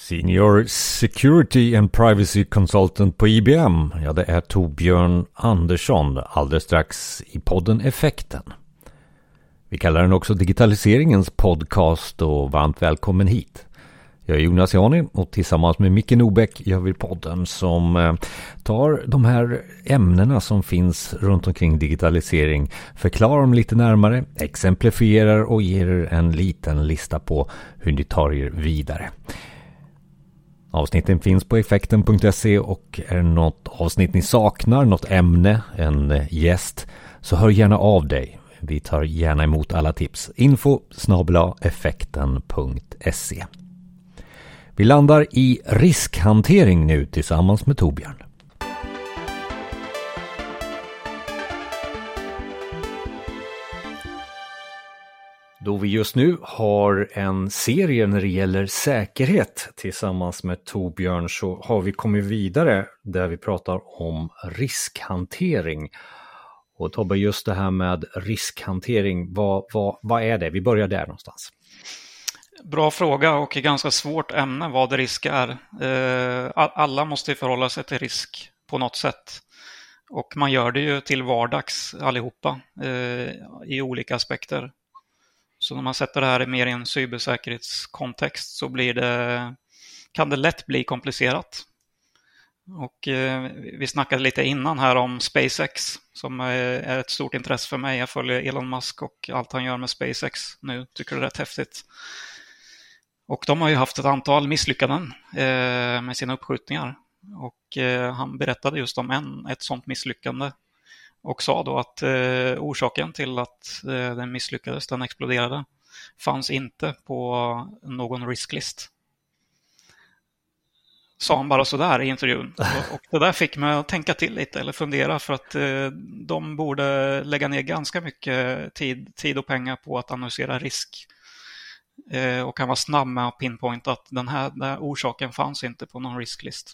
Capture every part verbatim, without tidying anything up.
Senior Security and Privacy Consultant på I B M. Ja, det är Torbjörn Andersson alldeles strax i podden Effekten. Vi kallar den också digitaliseringens podcast och varmt välkommen hit. Jag är Jonas Jani och tillsammans med Micke Nobäck gör vi podden som tar de här ämnena som finns runt omkring digitalisering, förklarar dem lite närmare, exemplifierar och ger en liten lista på hur ni tar er vidare. Avsnitten finns på effekten punkt se och är det något avsnitt ni saknar, något ämne, en gäst, så hör gärna av dig. Vi tar gärna emot alla tips. Info snabel-a effekten punkt se. Vi landar i riskhantering nu tillsammans med Torbjörn. Då vi just nu har en serie när det gäller säkerhet tillsammans med Torbjörn så har vi kommit vidare där vi pratar om riskhantering. Och Tobbe, just det här med riskhantering, vad, vad, vad är det? Vi börjar där någonstans. Bra fråga och ett ganska svårt ämne vad risk är. Alla måste förhålla sig till risk på något sätt. Och man gör det ju till vardags allihopa i olika aspekter. Så när man sätter det här mer i en cybersäkerhetskontext så blir det, kan det lätt bli komplicerat. Och eh, vi snackade lite innan här om SpaceX som är ett stort intresse för mig. Jag följer Elon Musk och allt han gör med SpaceX nu, tycker det är rätt häftigt. Och de har ju haft ett antal misslyckanden eh, med sina uppskjutningar. Och eh, han berättade just om en, ett sånt misslyckande. Och sa då att eh, orsaken till att eh, den misslyckades, den exploderade, fanns inte på någon risklist. Sa han bara sådär i intervjun. Och, och det där fick mig att tänka till lite eller fundera för att eh, de borde lägga ner ganska mycket tid, tid och pengar på att analysera risk. Eh, och kan vara snabb med att pinpointa att den här, den här orsaken fanns inte på någon risklist.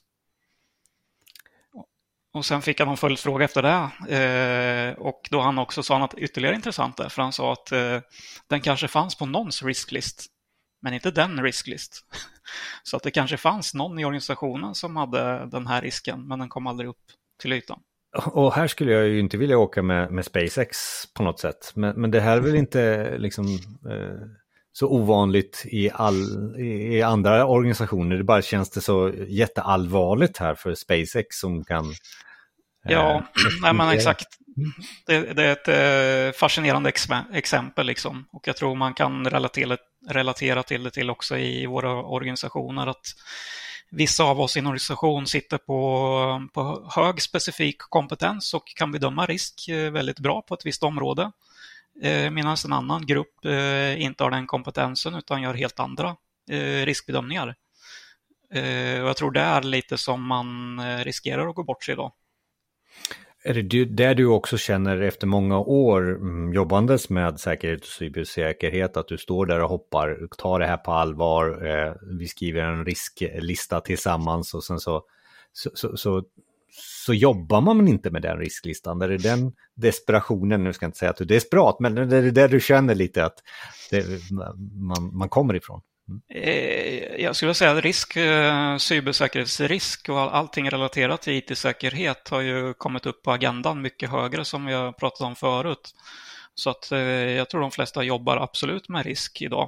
Och sen fick han en följdfråga efter det. Eh, och då han också sa något ytterligare intressant där. För han sa att eh, den kanske fanns på någons risklist. Men inte den risklist. Så att det kanske fanns någon i organisationen som hade den här risken. Men den kom aldrig upp till ytan. Och här skulle jag ju inte vilja åka med, med SpaceX på något sätt. Men, men det här är väl inte liksom... Eh... så ovanligt i, all, i andra organisationer. Det bara känns det så jätteallvarligt här för SpaceX som kan... Ja, eh, nej, men exakt. Det, det är ett eh, fascinerande ex- exempel liksom. Och jag tror man kan relatera, relatera till det till också i våra organisationer att vissa av oss i en organisation sitter på, på hög specifik kompetens och kan bedöma risk väldigt bra på ett visst område. Medan en annan grupp eh, inte har den kompetensen utan gör helt andra eh, riskbedömningar. Eh, och jag tror det är lite som man eh, riskerar att gå bort sig idag. Är det där du också känner efter många år mm, jobbandes med säkerhet och cybersäkerhet att du står där och hoppar, tar det här på allvar, eh, vi skriver en risklista tillsammans och sen så, så, så, så så jobbar man inte med den risklistan. Där är den desperationen, nu ska jag inte säga att du är desperat, men det är där du känner lite att det, man, man kommer ifrån. Mm. Jag skulle säga att risk, cybersäkerhetsrisk och allting relaterat till I T-säkerhet har ju kommit upp på agendan mycket högre som vi har pratat om förut. Så att jag tror de flesta jobbar absolut med risk idag.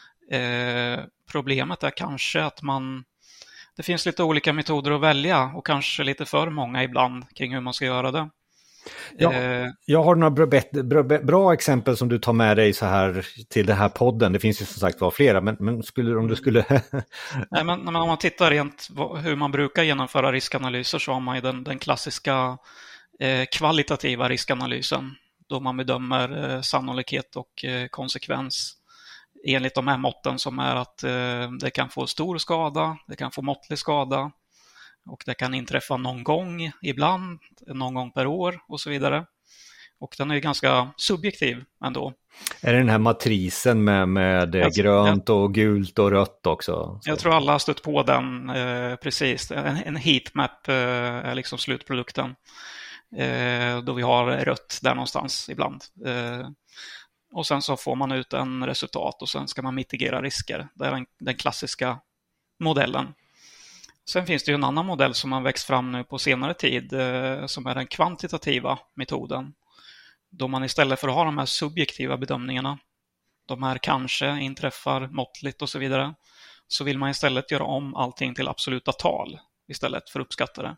Problemet är kanske att man det finns lite olika metoder att välja och kanske lite för många ibland kring hur man ska göra det. Ja, jag har några bra, bra, bra exempel som du tar med dig så här till den här podden. Det finns ju som sagt var flera, men, men skulle, om du skulle... Nej, men, men om man tittar rent hur man brukar genomföra riskanalyser så har man ju den, den klassiska eh, kvalitativa riskanalysen då man bedömer eh, sannolikhet och eh, konsekvens enligt de här måtten som är att eh, det kan få stor skada, det kan få måttlig skada och det kan inträffa någon gång ibland, någon gång per år och så vidare. Och den är ju ganska subjektiv ändå. Är det den här matrisen med, med jag, grönt jag, och gult och rött också? Så. Jag tror alla har stött på den eh, precis. En, en heatmap eh, är liksom slutprodukten. Eh, då vi har rött där någonstans ibland. Eh, Och sen så får man ut en resultat och sen ska man mitigera risker. Det är den, den klassiska modellen. Sen finns det ju en annan modell som har växt fram nu på senare tid eh, som är den kvantitativa metoden. Då man istället för att ha de här subjektiva bedömningarna, de här kanske inträffar måttligt och så vidare, så vill man istället göra om allting till absoluta tal istället för uppskattade.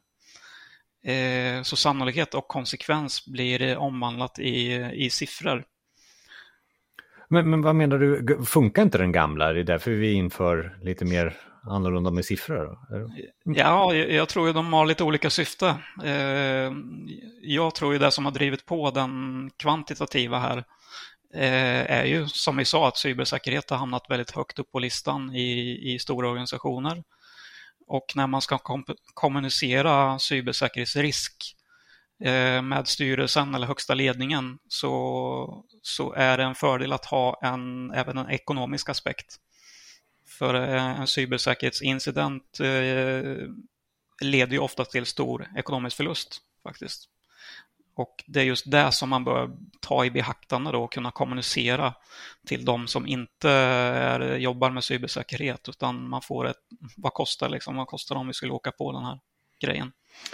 Eh, så sannolikhet och konsekvens blir omvandlat i, i siffror. Men, men vad menar du, funkar inte den gamla? Det är därför vi inför lite mer annorlunda med siffror då? Ja, jag, jag tror ju de har lite olika syfte. Eh, jag tror ju det som har drivit på den kvantitativa här eh, är ju, som vi sa, att cybersäkerhet har hamnat väldigt högt upp på listan i, i stora organisationer. Och när man ska kom- kommunicera cybersäkerhetsrisk eh, med styrelsen eller högsta ledningen så, så är det en fördel att ha en, även en ekonomisk aspekt. För en cybersäkerhetsincident eh, leder ju ofta till stor ekonomisk förlust faktiskt. Och det är just det som man bör ta i beaktande då och kunna kommunicera till de som inte är, jobbar med cybersäkerhet, utan man får ett, vad kostar liksom, vad kostar det om vi skulle åka på den här grejen.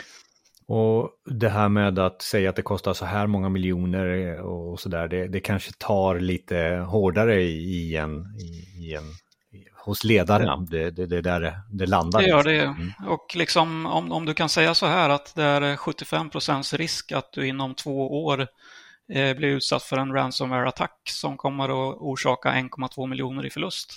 Och det här med att säga att det kostar så här många miljoner och sådär, det, det kanske tar lite hårdare i, i en, i, i en hos ledarna, det, det, det där det landar. Det gör det. Mm. Och liksom, om, om du kan säga så här att det är sjuttiofem procent risk att du inom två år eh, blir utsatt för en ransomware-attack som kommer att orsaka en komma två miljoner i förlust.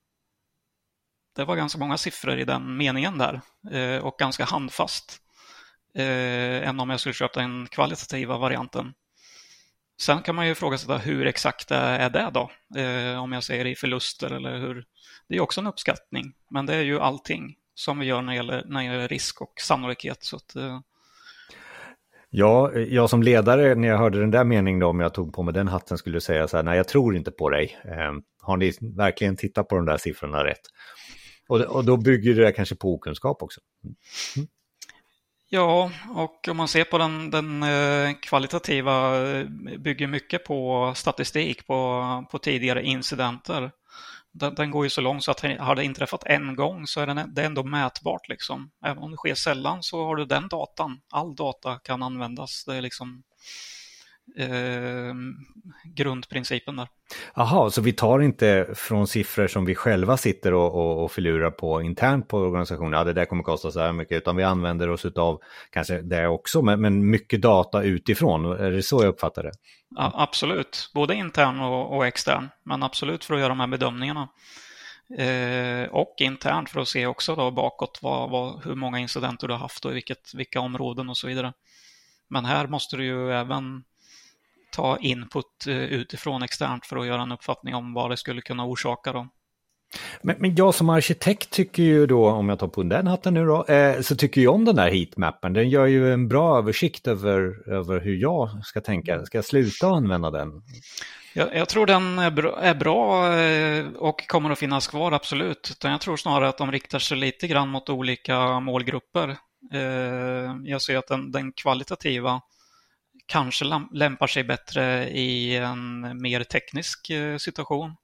Det var ganska många siffror i den meningen där eh, och ganska handfast eh, än om jag skulle köpa den kvalitativa varianten. Sen kan man ju ifrågasätta hur exakt är det då? Eh, om jag säger i förluster eller hur. Det är också en uppskattning, men det är ju allting som vi gör när det gäller, när det gäller risk och sannolikhet. Så att, eh... Ja, jag som ledare, när jag hörde den där meningen då, om jag tog på mig den hatten, skulle säga så här: nej, jag tror inte på dig. Eh, har ni verkligen tittat på de där siffrorna rätt? Och, och då bygger det kanske på okunskap också. Mm. Ja, och om man ser på den, den eh, kvalitativa bygger mycket på statistik på, på tidigare incidenter. Den, den går ju så långt så att har det inträffat en gång så är den, det är ändå mätbart. Liksom. Även om det sker sällan så har du den datan. All data kan användas. Det är liksom eh, grundprincipen där. Jaha, så vi tar inte från siffror som vi själva sitter och, och, och filurar på internt på organisationen. Ja, det där kommer kosta så här mycket. Utan vi använder oss av kanske det också, men, men mycket data utifrån. Är det så jag uppfattar det? Ja, absolut, både intern och, och extern, men absolut för att göra de här bedömningarna. Eh, och internt för att se också då bakåt vad, vad, hur många incidenter du har haft och i vilket, vilka områden och så vidare. Men här måste du ju även ta input utifrån externt för att göra en uppfattning om vad det skulle kunna orsaka då. Men, men jag som arkitekt tycker ju då, om jag tar på den hatten nu då, eh, så tycker jag om den där heatmappen. Den gör ju en bra översikt över, över hur jag ska tänka. Ska jag sluta använda den? Jag, jag tror den är bra, är bra och kommer att finnas kvar, absolut. Utan jag tror snarare att de riktar sig lite grann mot olika målgrupper. Eh, jag ser att den, den kvalitativa kanske lämpar sig bättre i en mer teknisk situation.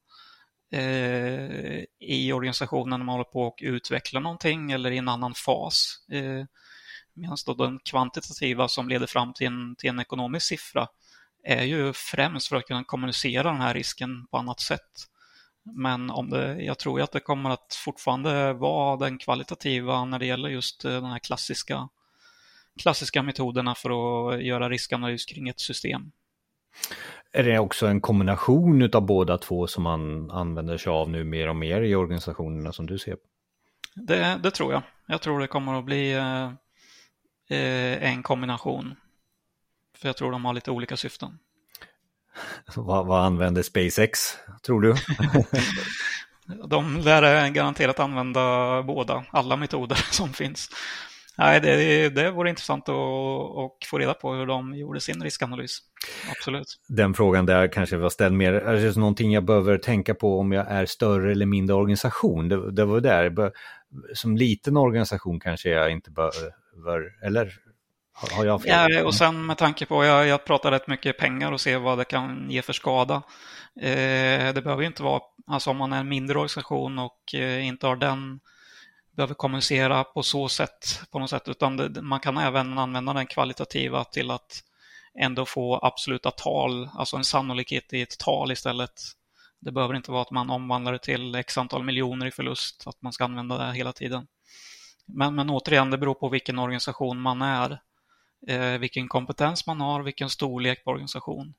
I organisationen när man håller på att utveckla någonting eller i en annan fas. Medan då den kvantitativa som leder fram till en, till en ekonomisk siffra är ju främst för att kunna kommunicera den här risken på annat sätt. Men om det, jag tror att det kommer att fortfarande vara den kvalitativa när det gäller just den här klassiska, klassiska metoderna för att göra riskanalys kring ett system. Är det också en kombination av båda två som man använder sig av nu mer och mer i organisationerna som du ser? Det, det tror jag. Jag tror det kommer att bli eh, en kombination. För jag tror de har lite olika syften. vad, vad använder SpaceX, tror du? De lär garanterat använda båda, alla metoder som finns. Nej, det, det vore intressant att, att få reda på hur de gjorde sin riskanalys. Absolut. Den frågan där kanske var ställd mer, är det någonting jag behöver tänka på om jag är större eller mindre organisation? Det, det var där, som liten organisation kanske jag inte behöver, eller har jag fel? Ja, och sen med tanke på, jag, jag pratar rätt mycket pengar och ser vad det kan ge för skada. Eh, det behöver ju inte vara, alltså om man är en mindre organisation och eh, inte har den behöver kommunicera på så sätt, på något sätt, utan det, man kan även använda den kvalitativa till att ändå få absoluta tal, alltså en sannolikhet i ett tal istället. Det behöver inte vara att man omvandlar det till x antal miljoner i förlust, att man ska använda det hela tiden. Men, men återigen, det beror på vilken organisation man är, eh, vilken kompetens man har, vilken storlek på organisation.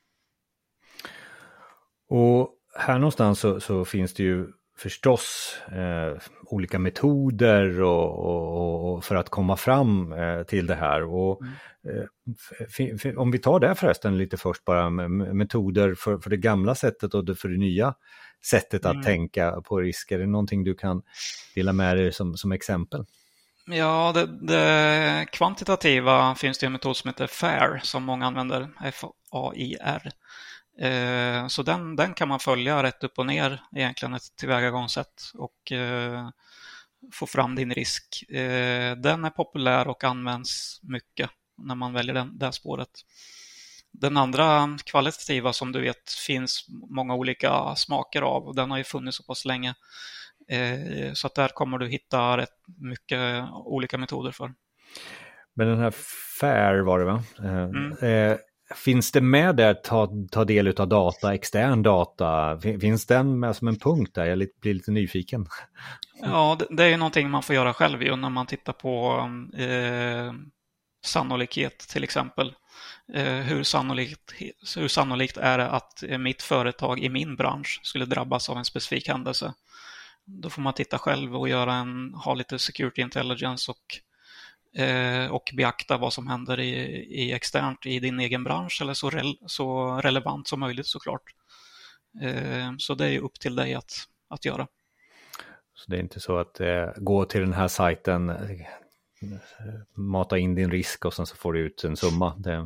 Och här någonstans så, så finns det ju förstås eh, olika metoder och, och, och för att komma fram eh, till det här. Och, mm. eh, f- f- om vi tar det förresten lite först bara, med metoder för, för det gamla sättet och det, för det nya sättet att mm. tänka på risker. Är det någonting du kan dela med dig som, som exempel? Ja, det, det kvantitativa finns det en metod som heter FAIR som många använder, F A I R. Eh, så den, den kan man följa rätt upp och ner, egentligen ett tillvägagångssätt, och eh, få fram din risk. Eh, den är populär och används mycket när man väljer den, det spåret. Den andra kvalitativa, som du vet, finns många olika smaker av, och den har ju funnits så pass länge. Eh, så att där kommer du hitta rätt mycket olika metoder för. Men den här FAIR var det, va? Eh, mm. eh, Finns det med där ta, ta del av data, extern data? Finns den med som en punkt där? Jag blir lite nyfiken. Ja, det, det är ju någonting man får göra själv ju, när man tittar på eh, sannolikhet till exempel. Eh, hur, sannolikt, hur sannolikt är det att mitt företag i min bransch skulle drabbas av en specifik händelse? Då får man titta själv och göra en, ha lite security intelligence och och beakta vad som händer i, i externt i din egen bransch, eller så, re, så relevant som möjligt såklart. Så det är ju upp till dig att, att göra. Så det är inte så att eh, gå till den här sajten, mata in din risk och sen så får du ut en summa? Det...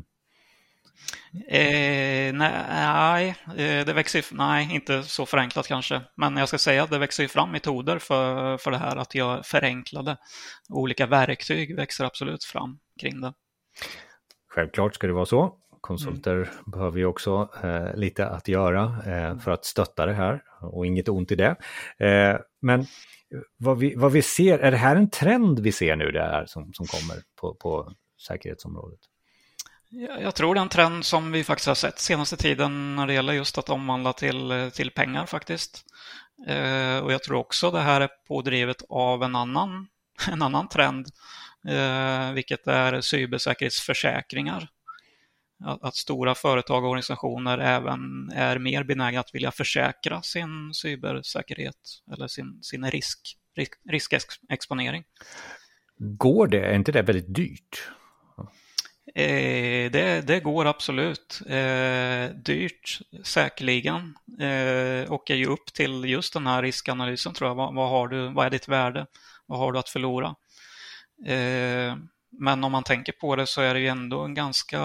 Eh, nej, det växer, nej, inte så förenklat kanske. Men jag ska säga att det växer fram metoder för, för det här att göra förenklade. Olika verktyg växer absolut fram kring det. Självklart ska det vara så. Konsulter mm. behöver ju också eh, lite att göra eh, för att stötta det här, och inget ont i det. Eh, men vad vi, vad vi ser, är det här en trend vi ser nu, det här som, som kommer på, på säkerhetsområdet? Jag tror det är en trend som vi faktiskt har sett senaste tiden när det gäller just att omvandla till, till pengar faktiskt. Eh, och jag tror också det här är pådrivet av en annan, en annan trend, eh, vilket är cybersäkerhetsförsäkringar. Att, att stora företag och organisationer även är mer benägna att vilja försäkra sin cybersäkerhet eller sin, sin risk, risk, riskexponering. Går det? Är inte det väldigt dyrt? Eh, det, det går absolut. Eh, dyrt, säkerligen. Eh, och är ju upp till just den här riskanalysen, tror jag. Vad, vad, har du, vad är ditt värde? Vad har du att förlora? Eh, men om man tänker på det så är det ju ändå en ganska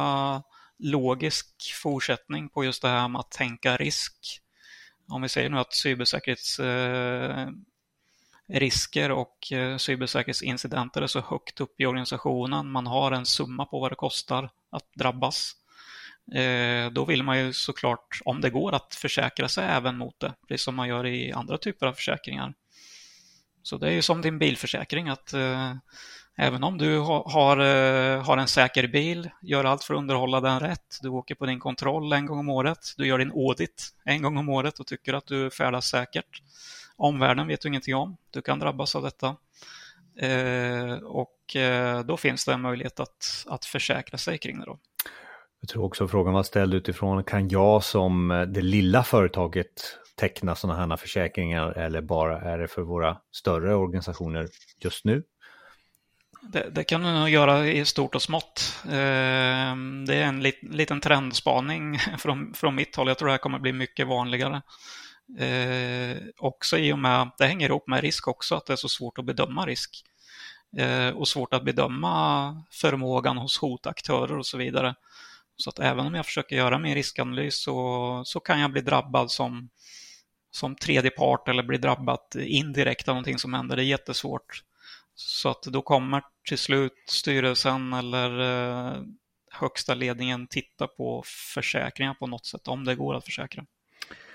logisk fortsättning på just det här med att tänka risk. Om vi säger nu att cybersäkerhets... Eh, risker och eh, cybersäkerhetsincidenter är så högt upp i organisationen, man har en summa på vad det kostar att drabbas, eh, då vill man ju såklart, om det går, att försäkra sig även mot det, precis som man gör i andra typer av försäkringar. Så det är ju som din bilförsäkring, att eh, även om du ha, har, eh, har en säker bil, gör allt för att underhålla den rätt, du åker på din kontroll en gång om året, du gör din audit en gång om året och tycker att du färdas säkert. Omvärlden vet du ingenting om. Du kan drabbas av detta. Eh, och eh, då finns det en möjlighet att, att försäkra sig kring det då. Jag tror också frågan var ställd utifrån, kan jag som det lilla företaget teckna sådana här försäkringar, eller bara är det för våra större organisationer just nu? Det, det kan du nog göra i stort och smått. Eh, det är en lit, liten trendspaning från, från mitt håll. Jag tror det här kommer bli mycket vanligare. Eh, också i och med, det hänger ihop med risk också, att det är så svårt att bedöma risk eh, och svårt att bedöma förmågan hos hotaktörer och så vidare. Så att även om jag försöker göra min riskanalys så, så kan jag bli drabbad som, som tredje part, eller bli drabbad indirekt av någonting som händer. Det är jättesvårt. Så att då kommer till slut styrelsen eller eh, högsta ledningen titta på försäkringar på något sätt, om det går att försäkra.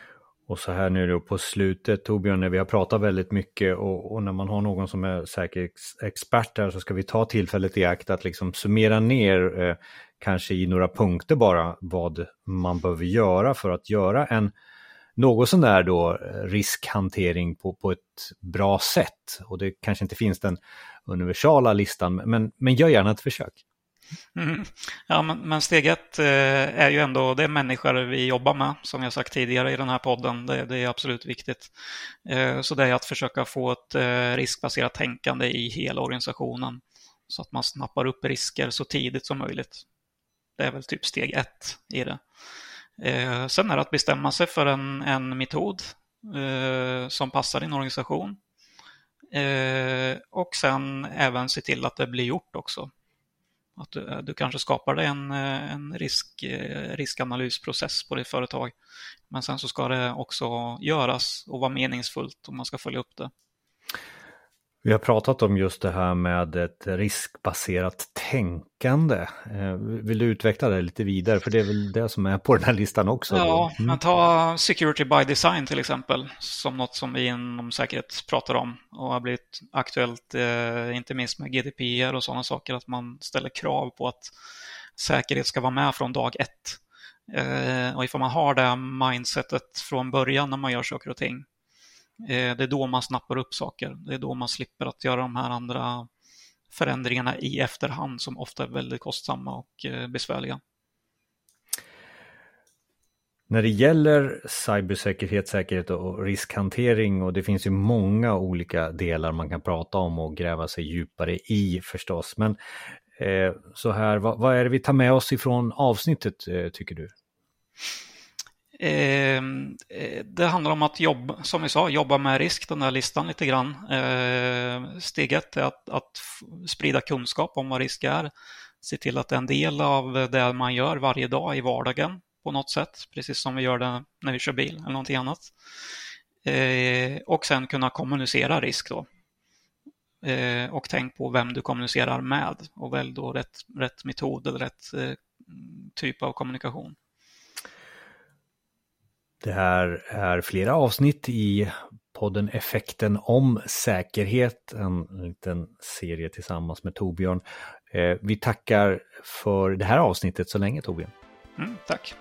Och så här nu då på slutet, Torbjörn, när vi har pratat väldigt mycket och, och när man har någon som är säkerhetsexpert där, så ska vi ta tillfället i akt att liksom summera ner eh, kanske i några punkter bara vad man behöver göra för att göra en något sån där då riskhantering på, på ett bra sätt. Och det kanske inte finns den universala listan, men, men gör gärna ett försök. Mm. Ja, men, men steg ett eh, är ju ändå, det är människor vi jobbar med, som jag sagt tidigare i den här podden. Det, det är absolut viktigt. Eh, så det är att försöka få ett eh, riskbaserat tänkande i hela organisationen, så att man snappar upp risker så tidigt som möjligt. Det är väl typ steg ett i det. Eh, sen är det att bestämma sig för en, en metod eh, som passar din organisation. Eh, och sen även se till att det blir gjort också. Att du, du kanske skapar dig en, en risk, riskanalysprocess på ditt företag. Men sen så ska det också göras och vara meningsfullt om man ska följa upp det. Vi har pratat om just det här med ett riskbaserat tänkande. Vill du utveckla det lite vidare? För det är väl det som är på den här listan också. Ja, mm. men ta security by design till exempel, som något som vi inom säkerhet pratar om och har blivit aktuellt, eh, inte minst med G D P R och sådana saker, att man ställer krav på att säkerhet ska vara med från dag ett. Eh, och ifall man har det mindsetet från början när man gör saker och ting, det är då man snappar upp saker. Det är då man slipper att göra de här andra förändringarna i efterhand som ofta är väldigt kostsamma och besvärliga. När det gäller cybersäkerhet, säkerhet och riskhantering, och det finns ju många olika delar man kan prata om och gräva sig djupare i förstås. Men eh, så här, vad, vad är det vi tar med oss ifrån avsnittet eh, tycker du? Eh, det handlar om att jobba, som vi sa, jobba med risk, den där listan lite grann. Eh, steg ett är att, att sprida kunskap om vad risk är. Se till att det är en del av det man gör varje dag i vardagen på något sätt. Precis som vi gör det när vi kör bil eller någonting annat. Eh, och sen kunna kommunicera risk då. Eh, och tänk på vem du kommunicerar med. Och välj då rätt, rätt metod eller rätt eh, typ av kommunikation. Det här är flera avsnitt i podden Effekten om säkerhet, en liten serie tillsammans med Torbjörn. Eh, vi tackar för det här avsnittet så länge, Torbjörn. Mm, tack.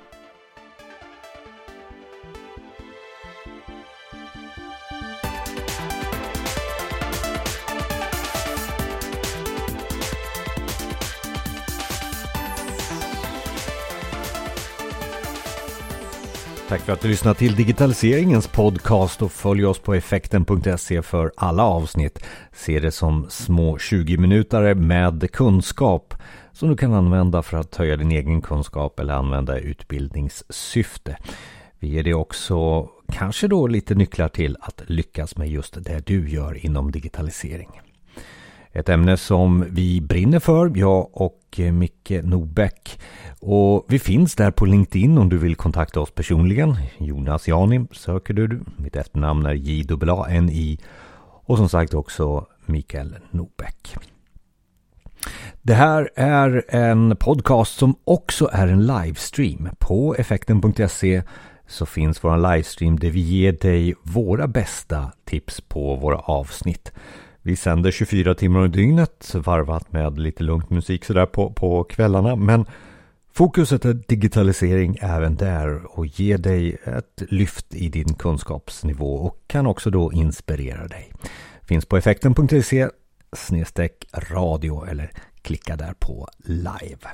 Tack för att du lyssnat till digitaliseringens podcast och följ oss på effekten punkt se för alla avsnitt. Se det som små tjugo minuter med kunskap som du kan använda för att höja din egen kunskap eller använda i utbildningssyfte. Vi ger dig också kanske då lite nycklar till att lyckas med just det du gör inom digitalisering. Ett ämne som vi brinner för, jag och Micke Nobäck. Och vi finns där på LinkedIn om du vill kontakta oss personligen. Jonas Jani söker du. Mitt efternamn är J A A N I. Och som sagt också Mikael Nobäck. Det här är en podcast som också är en livestream. På effekten punkt se så finns vår livestream där vi ger dig våra bästa tips på våra avsnitt. Vi sänder tjugofyra timmar i dygnet, varvat med lite lugnt musik sådär på, på kvällarna. Men fokuset är digitalisering även där och ger dig ett lyft i din kunskapsnivå och kan också då inspirera dig. Finns på effekten punkt se snedstreck radio eller klicka där på live.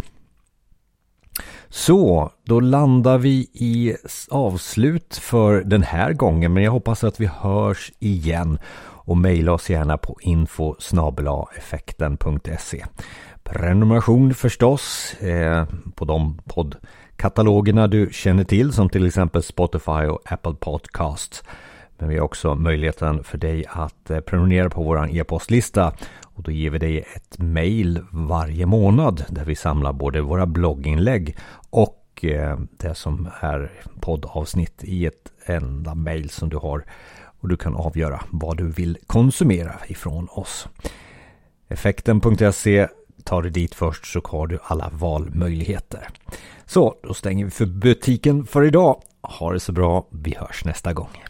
Så, då landar vi i avslut för den här gången, men jag hoppas att vi hörs igen. Och mejla oss gärna på info snabel-a effekten punkt se. Prenumeration förstås eh, på de poddkatalogerna du känner till, som till exempel Spotify och Apple Podcasts. Men vi har också möjligheten för dig att eh, prenumerera på vår e-postlista. Och då ger vi dig ett mejl varje månad där vi samlar både våra blogginlägg och eh, det som är poddavsnitt i ett enda mejl som du har. Och du kan avgöra vad du vill konsumera ifrån oss. effekten punkt se, tar du dit först så har du alla valmöjligheter. Så, då stänger vi för butiken för idag Ha det så bra, vi hörs nästa gång.